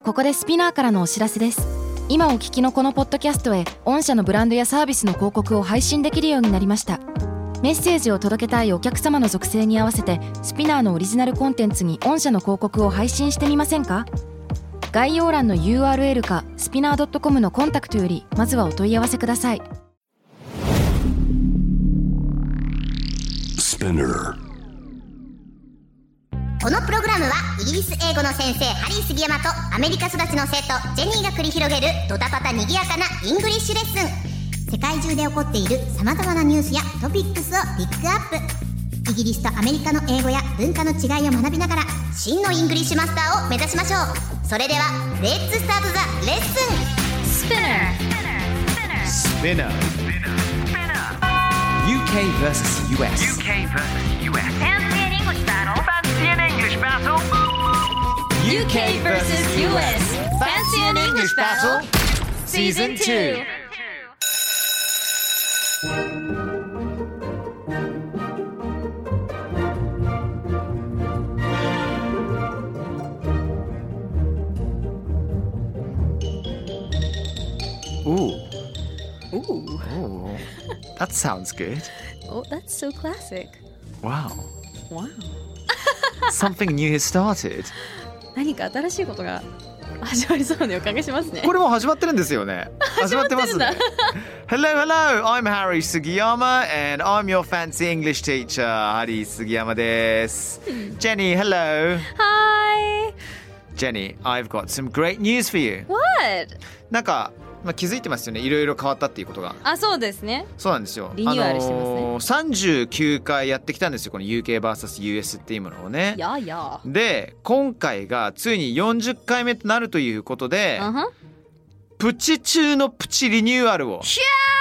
ここでスピナーからのお知らせです。今お聞きのこのポッドキャストへ御社のブランドやサービスの広告を配信できるようになりました。メッセージを届けたいお客様の属性に合わせてスピナーのオリジナルコンテンツに御社の広告を配信してみませんか？概要欄の URL かスピナー .com のコンタクトよりまずはお問い合わせください。 このプログラムはイギリス英語の先生ハリー杉山とアメリカ育ちの生徒ジェニーが繰り広げるドタパタにぎやかなイングリッシュレッスン。世界中で起こっている様々なニュースやトピックスをピックアップ。イギリスとアメリカの英語や文化の違いを学びながら真のイングリッシュマスターを目指しましょう。それではレッツスタートザレッスン。 Spinner UK vs US Fancy an English battle? Fancy an English battle? UK vs US Fancy an English Battle Season 2. Ooh, that sounds good. Oh, that's so classic. Wow, Wow. something new has started. 何か新しいことが始まりそうな予感がしますね。 これもう始まってるんですよね。始まってますね。Hello, hello. I'm Harry Sugiyama and I'm your fancy English teacher. Harry Sugiyama です。Jenny, hello. Hi. Jenny, I've got some great news for you. What? なんか、気づいてますよね。いろいろ変わったっていうことが。 あ、そうですね。 そうなんですよ。 リニューアルしてますね。 39回やってきたんですよ。この UK vs US っていうものをね。 やや。 で、今回がついに40回目となるということで、プチ中のプチリニューアルを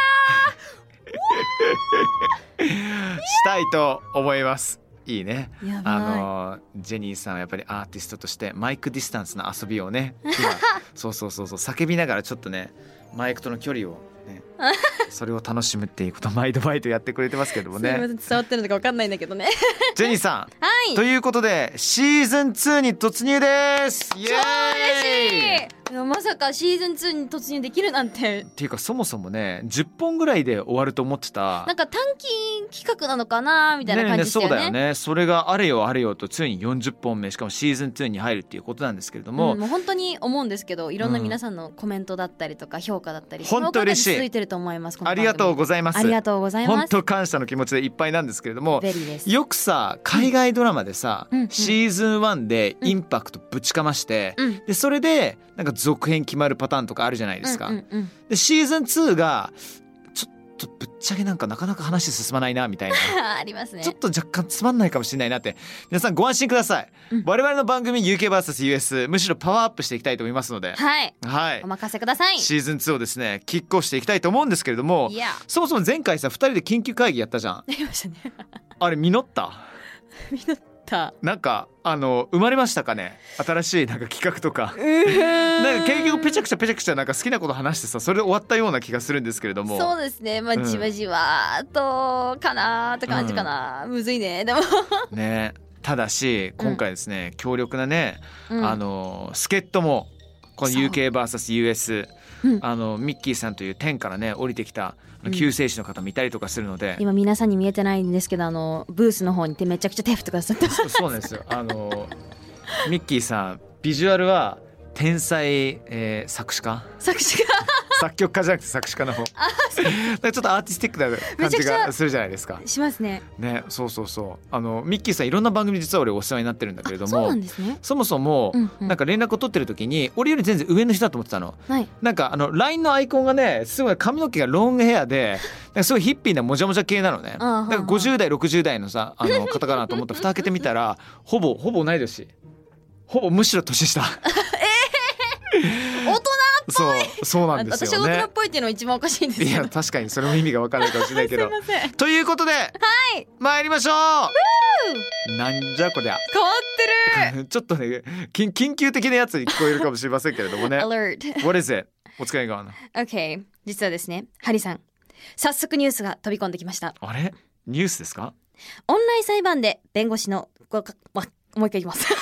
したいと思います。いいね。 やばい。 ジェニーさんはやっぱりアーティストとしてマイクディスタンスの遊びをね、今そう叫びながらちょっとねマイクとの距離をねそれを楽しむっていうことを毎度やってくれてますけどもね。 すいません、伝わってるのか分かんないんだけどね。 ジェニーさん、 はい。 ということでシーズン2に突入です。イエーイ。 超嬉しい。いやまさかシーズン2に突入できるなんて。 っていうかそもそもね10本ぐらいで終わると思ってた。 なんか短期企画なのかなみたいな感じでしたよね。 そうだよね。それがあれよとついに40本目、しかもシーズン2に入るっていうことなんですけれども、 もう本当に思うんですけど、いろんな皆さんのコメントだったりとか評価だったり、 本当嬉しい。 続いてると思います。 ありがとうございます。 ありがとうございます。 本当感謝の気持ちでいっぱいなんですけれども、 ベリーです。 よくさ海外ドラマでさ、シーズン1でインパクトぶちかまして、でそれでなんか続編決まるパターンとかあるじゃないですか。でシーズン2がちょっとぶっちゃけなんかなかなか話進まないなみたいなありますね。 ちょっと若干つまんないかもしれないなって、皆さんご安心ください。我々の番組 UK vs US むしろパワーアップしていきたいと思いますので、はい、 お任せください。 シーズン2をですねキックオフしていきたいと思うんですけれども、そもそも前回さ2人で緊急会議やったじゃん。 やりましたね。 あれ実った？ 実った。 なんか生まれましたかね、新しいなんか企画とか。なんか結局ペチャクチャなんか好きなこと話してさ、それで終わったような気がするんですけれども。 そうですね。じわじわとかなーって感じかな。むずいね。でもね。ただし今回ですね、強力なね、助っ人もこの UK vs US、ミッキーさんという天からね降りてきた救世主の方もいたりとかするので、 今皆さんに見えてないんですけど、ブースの方にめちゃくちゃ手振ってくださって。 そうなんですよ。ミッキーさんビジュアルは天才、作詞家作曲家じゃなくて作詞家の方。なんかちょっとアーティスティックな感じがするじゃないですか。 しますね。 ね、そうミッキーさんいろんな番組実は俺お世話になってるんだけれども、 そうなんですね。そもそも、なんか連絡を取ってる時に俺より全然上の人だと思ってたの。なんかLINE のアイコンがねすごい髪の毛がロングヘアで、なんかすごいヒッピーなもじゃもじゃ系なのね。なんか50代60代のさ方かなと思って蓋開けてみたらほぼ同い年、ほぼむしろ年下。 大人っぽい。 そうなんですよね。 私大人っぽいっていうのは一番おかしいんですよ。 いや確かにそれも意味が分からないかもしれないけど。 すいません。 ということで、参りましょう。なんじゃこりゃ。 変わってる。 ちょっとね緊急的なやつに聞こえるかもしれませんけれどもね。 Alert. What is it? What's going on? Okay. 実はですね、ハリさん、早速ニュースが飛び込んできました。 あれ？ニュースですか？ オンライン裁判で弁護士のもう一回いきます。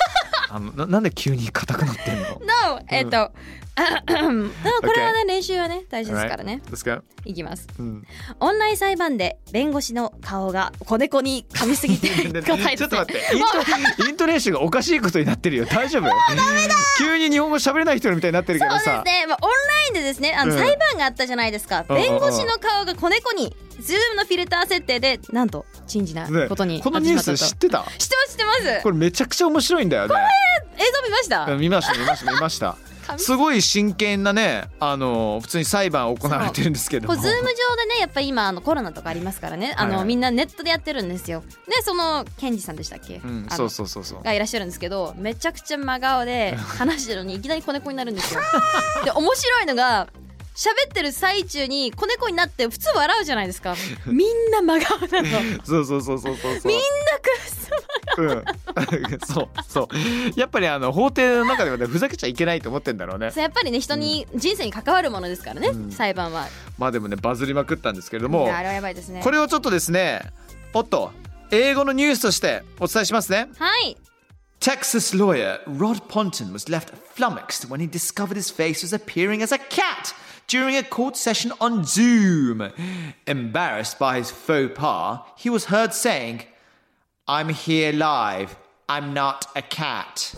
なんで急に硬くなってんの？ No! これはね練習はね大事ですからね。いきます、オンライン裁判で弁護士の顔が子猫に噛みすぎて硬いですね。 ちょっと待ってイントネーションがおかしいことになってるよ。大丈夫？急に日本語喋れない人みたいになってるけどさ。 そうですね、オンラインでですね裁判があったじゃないですか、弁護士の顔が子猫にズームのフィルター設定でなんと珍事なことになってしまったと、 このニュース知ってた？ 知ってますこれめちゃくちゃ面白いんだよね。 これ映像見ました？ 見ましたすごい真剣なね普通に裁判行われてるんですけども、 ズーム上でねやっぱり今コロナとかありますからねみんなネットでやってるんですよ。でそのケンジさんでしたっけ、 そうがいらっしゃるんですけど、めちゃくちゃ真顔で話してるのにいきなり子猫になるんですよで面白いのが喋ってる最中に子猫になって普通笑うじゃないですか。みんな真顔なのそうみんなくっそ真顔そうやっぱり法廷の中ではねふざけちゃいけないと思ってんだろうね。 やっぱりね人に人生に関わるものですからね、裁判は。 まあでもねバズりまくったんですけれども、 あれはやばいですね。 これをちょっとですね英語のニュースとしてお伝えしますね。 はい。 Texas lawyer Rod Ponton was left flummoxed when he discovered his face was appearing as a cat during a court session on Zoom. Embarrassed by his faux pas, he was heard saying, "I'm here live. I'm not a cat."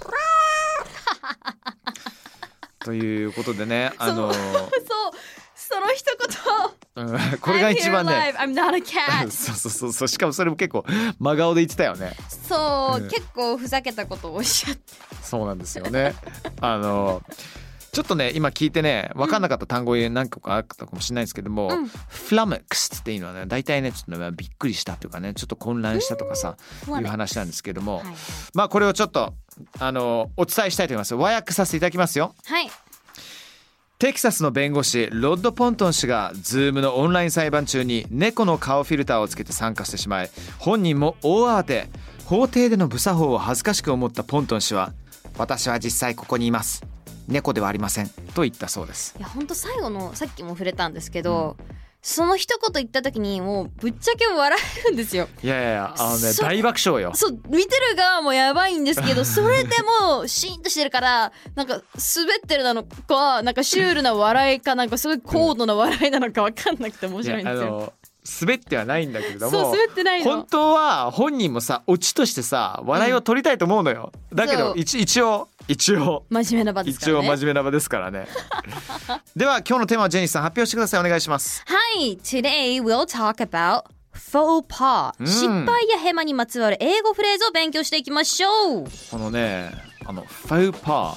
ということでね、 その一言これが一番ね I'm not a cat そうしかもそれも結構真顔で言ってたよね。 そう、結構ふざけたことをおっしゃって。 そうなんですよねちょっとね今聞いてね分かんなかった単語何個かあったかもしれないですけども、flummoxed っていうのはね大体ねちょっとねびっくりしたというかねちょっと混乱したとかさ、いう話なんですけども、まあこれをちょっとお伝えしたいと思います。和訳させていただきますよ。 はい。 テキサスの弁護士ロッド・ポントン氏がズームのオンライン裁判中に猫の顔フィルターをつけて参加してしまい、本人も大慌て。法廷での無作法を恥ずかしく思ったポントン氏は、私は実際ここにいます、猫ではありませんと言ったそうです。 いや本当最後のさっきも触れたんですけど、その一言言った時にもうぶっちゃけ笑えるんですよ。 いや大爆笑よ。 そう見てる側もやばいんですけどそれでもシーンとしてるからなんか滑ってるなのかなんかシュールな笑いかなんかすごい高度な笑いなのか分かんなくて面白いんですよ。 滑ってはないんだけれども、 そう滑ってないの。 本当は本人もさオチとしてさ笑いを取りたいと思うのよ、だけど一応真面目な場ですからね。一応真面目な場ですからねでは今日のテーマはジェニーさん発表してください。お願いします。 はい、 Today we'll talk about faux pas、失敗やヘマにまつわる英語フレーズを勉強していきましょう。 このねfaux pas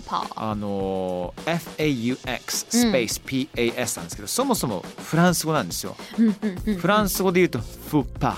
FAUX スペース PAS なんですけど、そもそもフランス語なんですよ。フランス語で言うとフォパ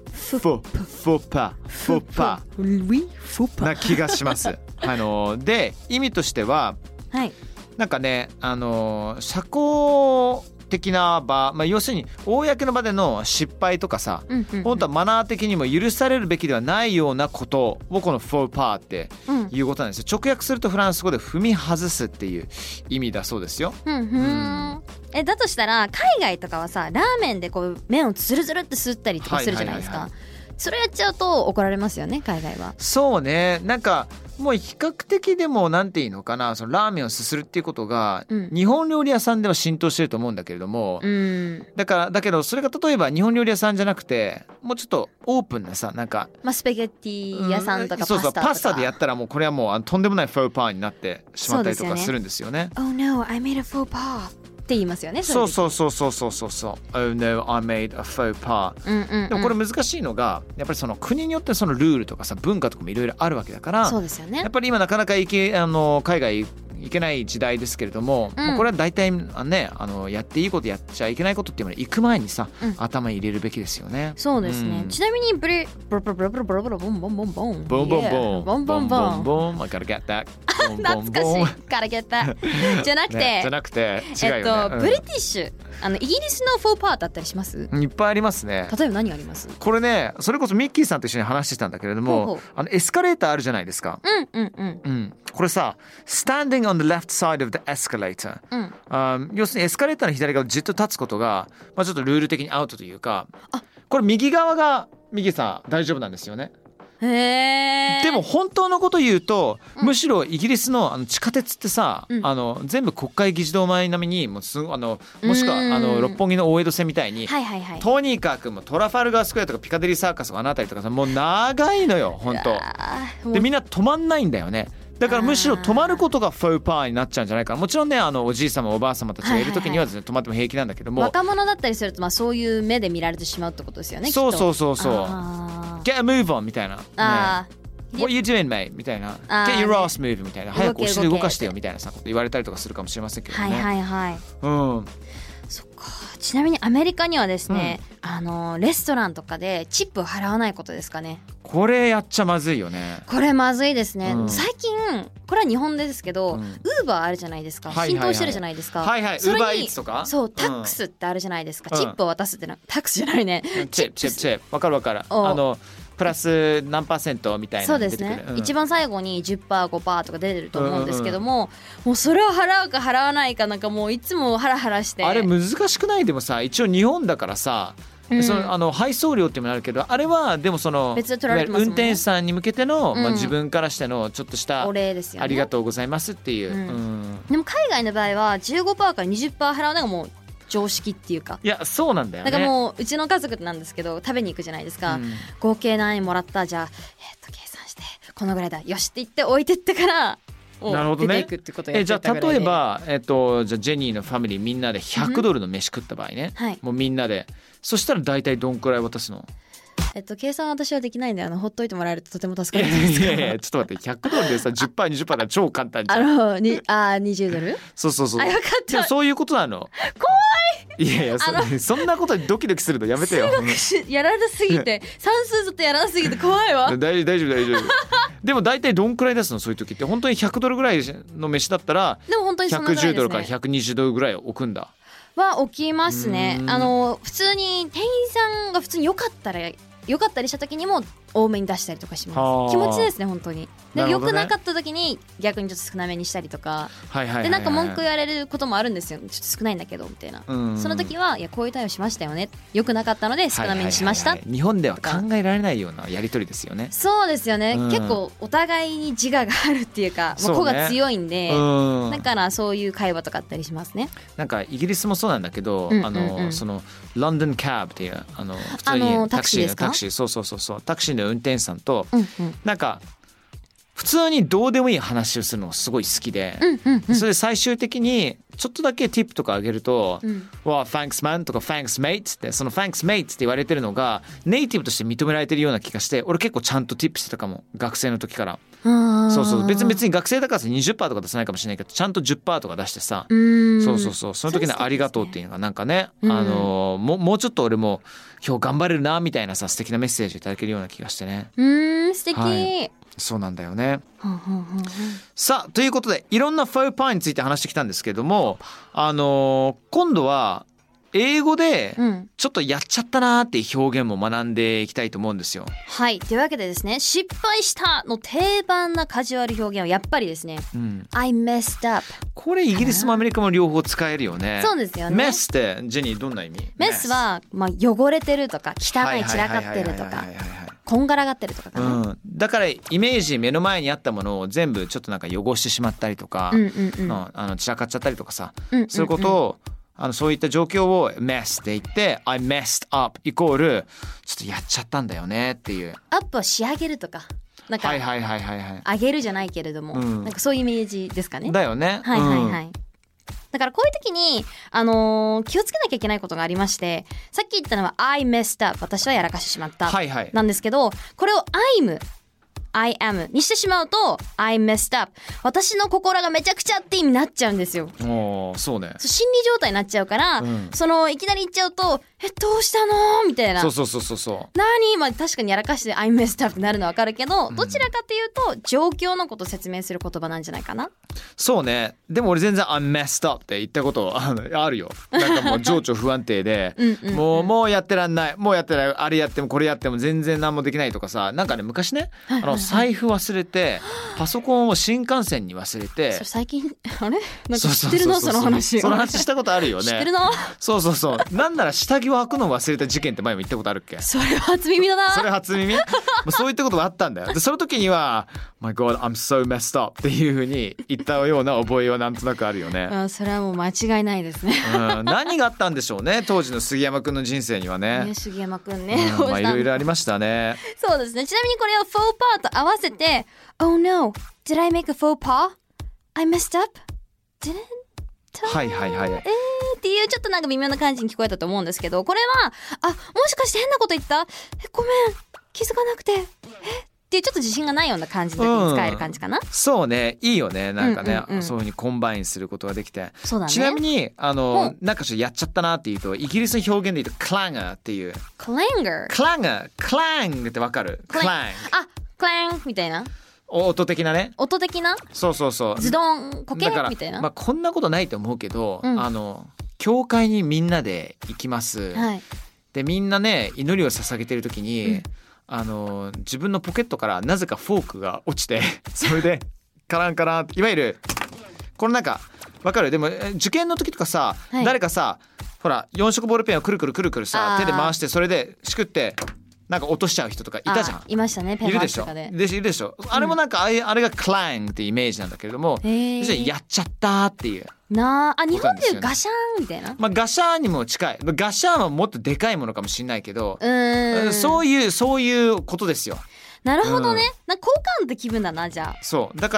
な気がしますで意味としては、なんかね社交的な場、要するに公の場での失敗とかさ、本当はマナー的にも許されるべきではないようなことをこのフォーパーっていうことなんですよ。直訳するとフランス語で踏み外すっていう意味だそうですよ。 だとしたら海外とかはさラーメンでこう麺をズルズルって吸ったりとかするじゃないですか。それやっちゃうと怒られますよね海外は。そうね、 なんかもう比較的でもなんていうのかな、そのラーメンをすするっていうことが日本料理屋さんでは浸透してると思うんだけれども、だけどそれが例えば日本料理屋さんじゃなくてもうちょっとオープンなさなんか、 スパゲッティ屋さんとかパスタとか、 パスタでやったらもうこれはもうとんでもないフォーパーになってしまったりとかするんですよね。 Oh no, I made a faux pasって言いますよね。 そう Oh no, I made a faux pas、でもこれ難しいのがやっぱりその国によってそのルールとかさ文化とかもいろいろあるわけだから、 そうですよね。 やっぱり今なかなか海外いけない時代ですけれども、これは大体ねやっていいことやっちゃいけないことっていうのは行く前にさ、頭に入れるべきですよね。 そうですね、ちなみにブレボロボロボロボロボロボンボンボンボンボンボンボンボンボンボンボン I gotta get that 懐かしい gotta get that じゃなくて違うよね、ブリティッシュイギリスのフォーパーだったりします？いっぱいありますね。 例えば何があります？ これねそれこそミッキーさんと一緒に話してたんだけれども、エスカレーターあるじゃないですか。これさ Standing on the left side of the escalator、要するにエスカレーターの左側をじっと立つことが、ちょっとルール的にアウトというか、これ右側がミッキーさん大丈夫なんですよね。 へでも本当のこと言うと、むしろイギリスの地下鉄ってさ、全部国会議事堂前並みにもしくは六本木の大江戸線みたいに、とにかくもうトラファルガースクエアとかピカデリーサーカスとかあの辺りとかさ、もう長いのよ本当で、みんな止まんないんだよね。だからむしろ止まることがフォーパーになっちゃうんじゃないかな。もちろんねおじい様おばあ様たちがいる時にはですね、止まっても平気なんだけども、 若者だったりするとそういう目で見られてしまうってことですよね。 そうGet a move on みたいな、What you doing mate みたいな、Get your ass move みたいな、早くお尻動かしてよみたいなさこと言われたりとかするかもしれませんけどね。 そっか。ちなみにアメリカにはですね、レストランとかでチップを払わないことですかね。 これやっちゃまずいよね。 これまずいですね、最近これは日本ですけど、ウーバーあるじゃないですか、浸透してるじゃないですか。 ウーバーイーツとかそうタックスってあるじゃないですか、チップを渡すってタックスじゃないね、 チップわかるプラス何%みたいなの出てくる。そうですね、一番最後に 10%、5% とか出てると思うんですけども、もうそれを払うか払わないかなんかもういつもハラハラして。 あれ難しくない？でもさ、一応日本だからさ、その配送料っていうのもあるけど、あれはでもその別で取られてますもんね。 運転手さんに向けての、自分からしてのちょっとしたお礼ですよね。 ありがとうございますっていう、 でも海外の場合は 15% から 20% 払うのがもう常識っていうか。 いやそうなんだよね。 なんかもううちの家族なんですけど、食べに行くじゃないですか、合計何円もらった、じゃあ計算してこのぐらいだ、よしって言って置いてってから出ていくってことをやってたぐらいで。 じゃあ例えば、じゃあジェニーのファミリーみんなで$100の飯食った場合ね、もうみんなで、そしたら大体どんくらい渡すの？ 計算私はできないんでほっといてもらえるととても助かるんですけど。 いやちょっと待って、$100でさ 10%、20% だ超簡単じゃん。 $20？ そうよかった。 そういうことなの。怖い。いやそんなことにドキドキするのやめてよ。 やらなすぎて算数ずっとやらなすぎて怖いわ。 大丈夫でも大体どんくらい出すの？そういう時って本当に$100ぐらいの飯だったら、 でも本当にそのぐらいですね。 $110から$120ぐらい置くんだ。 は置きますね。普通に店員さんが普通に良かったりした時にも多めに出したりとかします。気持ちですね本当に。で良くなかった時に逆にちょっと少なめにしたりとか、でなんか文句言われることもあるんですよ。ちょっと少ないんだけどみたいな。その時はいやこういう対応しましたよね、良くなかったので少なめにしました。 日本では考えられないようなやり取りですよね。 そうですよね、結構お互いに自我があるっていうか、個が強いんで、だからそういう会話とかあったりしますね。 なんかイギリスもそうなんだけど、そのロンドンキャブっていう普通にタクシーですか？タクシー、そうタクシーの運転手さんと、なんか普通にどうでもいい話をするのがすごい好きで、それで最終的にちょっとだけティップとかあげると、わ、Thanks man とか Thanks mate って、その Thanks mate って言われてるのがネイティブとして認められてるような気がして、俺結構ちゃんとティップしてたかも、学生の時から。そう別に学生だから 20% とか出さないかもしれないけど、ちゃんと 10% とか出してさ、その時のありがとうっていうのがなんかね、もうちょっと俺も今日頑張れるなみたいなさ、素敵なメッセージいただけるような気がしてね。 素敵、 そうなんだよね。さあということで、いろんなフォーパーについて話してきたんですけども、今度は英語でちょっとやっちゃったなーっていう表現も学んでいきたいと思うんですよ。 はい、というわけでですね、失敗したの定番なカジュアル表現はやっぱりですね、I messed up。 これイギリスもアメリカも両方使えるよね。 そうですよね。 mess ってジェニーどんな意味？ mess は、汚れてるとか汚い散らかってるとかこんがらがってるとかかな、 だからイメージ目の前にあったものを全部ちょっとなんか汚してしまったりとか、散らかっちゃったりとかさ、そういうことをそういった状況を mess って言って I messed up イコールちょっとやっちゃったんだよねっていう。 アップは仕上げるとか、なんか上げるじゃないけれども、なんかそういうイメージですかね。 だよね。 だからこういう時に、気をつけなきゃいけないことがありまして、さっき言ったのは I messed up、 私はやらかしてしまった、なんですけど、これを I am にしてしまうと I messed up、 私の心がめちゃくちゃって意味になっちゃうんですよ。 そうね。 心理状態になっちゃうから、そのいきなり言っちゃうとどうしたのみたいな。何確かにやらかして I messed up ってなるのは分かるけど、どちらかというと状況のことを説明する言葉なんじゃないかな。 そうね。でも俺全然 I'm messed up って言ったことあるよ。なんかもう情緒不安定でもうやってらんない、もうやってない、あれやってもこれやっても全然何もできないとかさ。なんかね、昔ね、 財布忘れてパソコンを新幹線に忘れて、 それ最近あれなんか知ってるな、その話。 その話したことあるよね。 知ってるな。 そうそうそう。なんなら下着を履くのを忘れた事件って前も言ったことあるっけ。 それ初耳だな。 それ初耳そういったことがあったんだよ。でその時には My God I'm so messed up っていう風に言ったような覚えはなんとなくあるよね。 それはもう間違いないですね。 何があったんでしょうね、当時の杉山くんの人生にはね。 杉山くんね。 まあいろいろありましたね。 そうですね。ちなみにこれをfaux pasと合わせて Oh no, did I make a faux pas? I messed up? Didn't? はいはいはい。 っていうちょっとなんか微妙な感じに聞こえたと思うんですけど、これはもしかして変なこと言った？ごめん、気づかなくて。っていうちょっと自信がないような感じの時に使える感じかな。 そうね、いいよね、なんかね、そういう風にコンバインすることができて。 そうだね。 ちなみになんかちょっとやっちゃったなっていうと、イギリスの表現で言うとクランガーっていう。 クランガー。 クランガー、クランってわかる？クラン。 クランみたいな。 音的なね。 音的な。 そうそうそう。 ズドンコケみたいな。 まあこんなことないと思うけど、教会にみんなで行きます。 はい。 でみんなね祈りを捧げてる時に。自分のポケットからなぜかフォークが落ちてそれでカランカラン、いわゆるこのなんかわかる？でも受験の時とかさ、誰かさほら4色ボールペンをくるくるくるくるさ手で回してそれでしくってなんか落としちゃう人とかいたじゃん。 いましたね。ペン回しとかで。 いるでしょ。あれもなんかあれがクランってイメージなんだけれども、やっちゃったっていう。 日本でいうガシャンみたいな。 まあガシャンにも近い。ガシャンはもっとでかいものかもしれないけど、そういうことですよ。 なるほどね。なんか交換って気分だな、じゃあ。 そうだから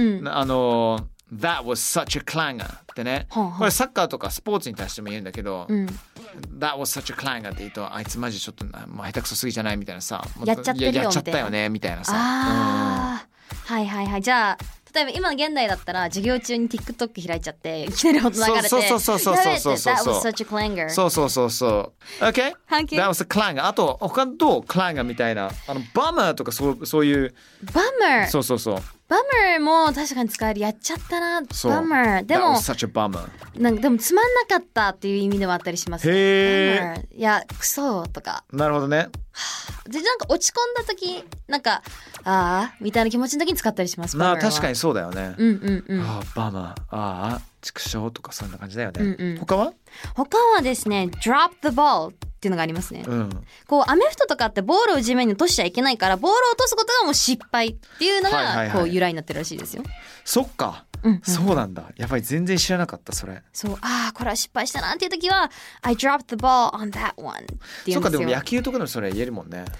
、That was such a clanger ってね、これサッカーとかスポーツに対しても言うんだけど、That was such a clanger って言うと、あいつマジちょっともう下手くそすぎじゃないみたいなさ、 やっちゃってるよみたいな。 やっちゃったよねみたいなさ。 はいはいはい。じゃあ例えば今の現代だったら授業中に TikTok 開いちゃっていきなり音流れて、そう That was such a clanger。 そう OK? That was a clanger。 あと他と clanger みたいなバマーとかそういうバマー。 そうバマーも確かに使える。やっちゃったな。バマーでも That was such a bummer。 なんかでもつまんなかったっていう意味でもあったりしますね。バマー。いやクソとか。なるほどね。 でなんか落ち込んだ時なんかみたいな気持ちの時に使ったりします。 確かにそうだよね。バマー、畜生とかそんな感じだよね。他はですね drop the ball っていうのがありますね。こうアメフトとかってボールを地面に落としちゃいけないからボールを落とすことがもう失敗っていうのがこう由来になってるらしいですよ。 そっか。そうなんだ。やっぱり全然知らなかったそれ。 そうこれは失敗したなっていう時は I dropped the ball on that one って言うんですよ。 そっか。でも野球とかでもそれ言えるもんね。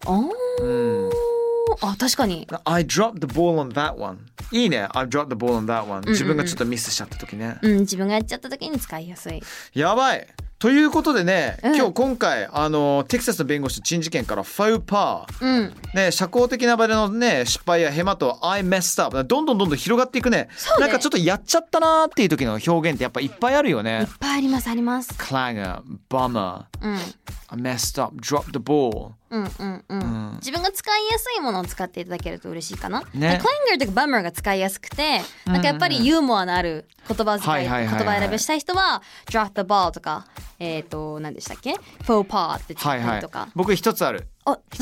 確かに I dropped the ball on that one。 いいね。 I dropped the ball on that one。 自分がちょっとミスしちゃった時ね。 自分がやっちゃった時に使いやすい。 やばい。ということでね、今回テキサスの弁護士陳事件からファウパー、ね、社交的な場でのね失敗やヘマと I messed up どんどん広がっていくね。なんかちょっとやっちゃったなーっていう時の表現ってやっぱいっぱいあるよね。 いっぱいありますあります。 clanger、bummer、I messed up、drop the ball。 自分が使いやすいものを使っていただけると嬉しいかな。ね、clanger とか bummer が使いやすくて、なんかやっぱりユーモアのある言葉遣い、言葉選びしたい人は drop the ball とか何でしたっけ faux pas って使ったりとか。 僕一つある。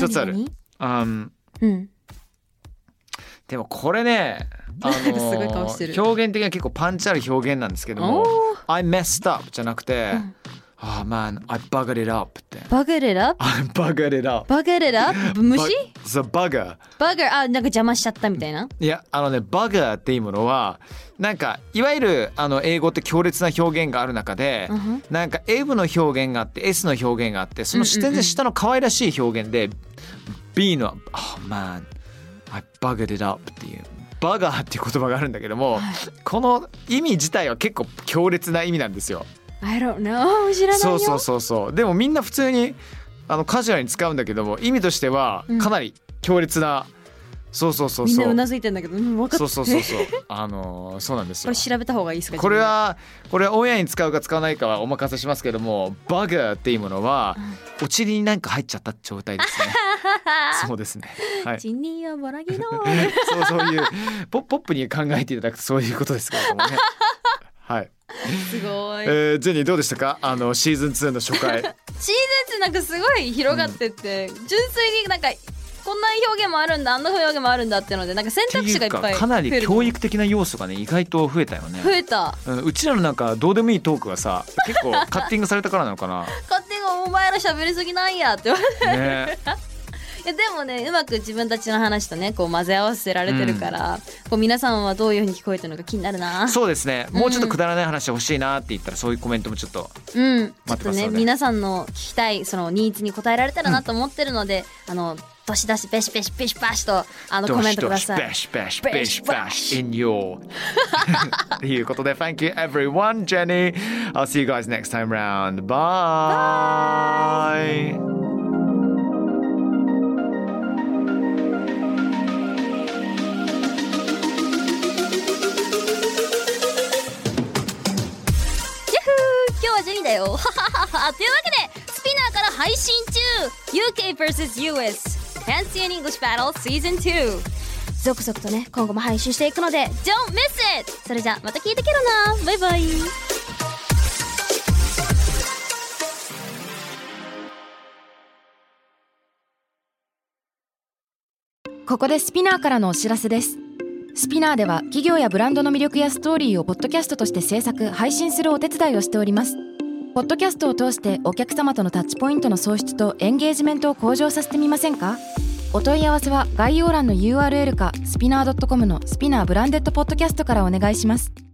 でもこれねすごい顔してる。 表現的には結構パンチある表現なんですけども I messed up じゃなくて、man, I buggered it up って。 buggered it up? I buggered it up. buggered it up? 虫？ The bugger。 なんか邪魔しちゃったみたいな。 いやbugger っていうものはなんかいわゆる英語って強烈な表現がある中で、なんか M の表現があって S の表現があって、その全然下の可愛らしい表現で B のman, I buggered it up っていうバガーっていう言葉があるんだけども、この意味自体は結構強烈な意味なんですよ。 I don't know。 知らないよ。 そうでもみんな普通にカジュアルに使うんだけども、意味としてはかなり強烈な、そうみんなうなずいてんだけど、分かって。 そうそうなんですよ。 これ調べた方がいいですか。 これはオンエアに使うか使わないかはお任せしますけども、バガーっていうものはお尻になんか入っちゃった状態ですね。そうですね。はい。 チニーはボラギノ。 そういうポップに考えていただくとそういうことですけれどもね。はい。 すごい。 ジェニーどうでしたか？シーズン2の初回。 シーズン2なんかすごい広がってって、純粋になんかこんな表現もあるんだ、あんな表現もあるんだっていうので、なんか選択肢がいっぱい増える。 かなり教育的な要素がね意外と増えたよね。 増えた。 うちらのなんかどうでもいいトークがさ結構カッティングされたからなのかな。 カッティングお前ら喋りすぎなんやって言われて、ねいやでもね、うまく自分たちの話とねこう混ぜ合わせられてるから、こう皆さんはどういう風に聞こえてるのか気になるな。 そうですね、もうちょっとくだらない話欲しいなって言ったら、そういうコメントもちょっと待ってますので、 ちょっとね皆さんの聞きたいそのニーズに応えられたらなと思ってるので、どしどしベシベシベシバシとコメントください。 ベシベシベシバシ in your ということで Thank you everyone, Jenny. I'll see you guys next time round. Bye. Yahoo! 今日はジェニーだよ。というわけでスピナーから配信中 UK vs.US Fancy and English Battle Season 2続々とね今後も配信していくので Don't miss it! それじゃまた聞いてけろな。バイバイ。 ここでスピナーからのお知らせです。スピナーでは企業やブランドの魅力やストーリーをポッドキャストとして制作・配信するお手伝いをしております。ポッドキャストを通してお客様とのタッチポイントの創出とエンゲージメントを向上させてみませんか？お問い合わせは概要欄の URL かスピナー .com のスピナーブランデッドポッドキャストからお願いします。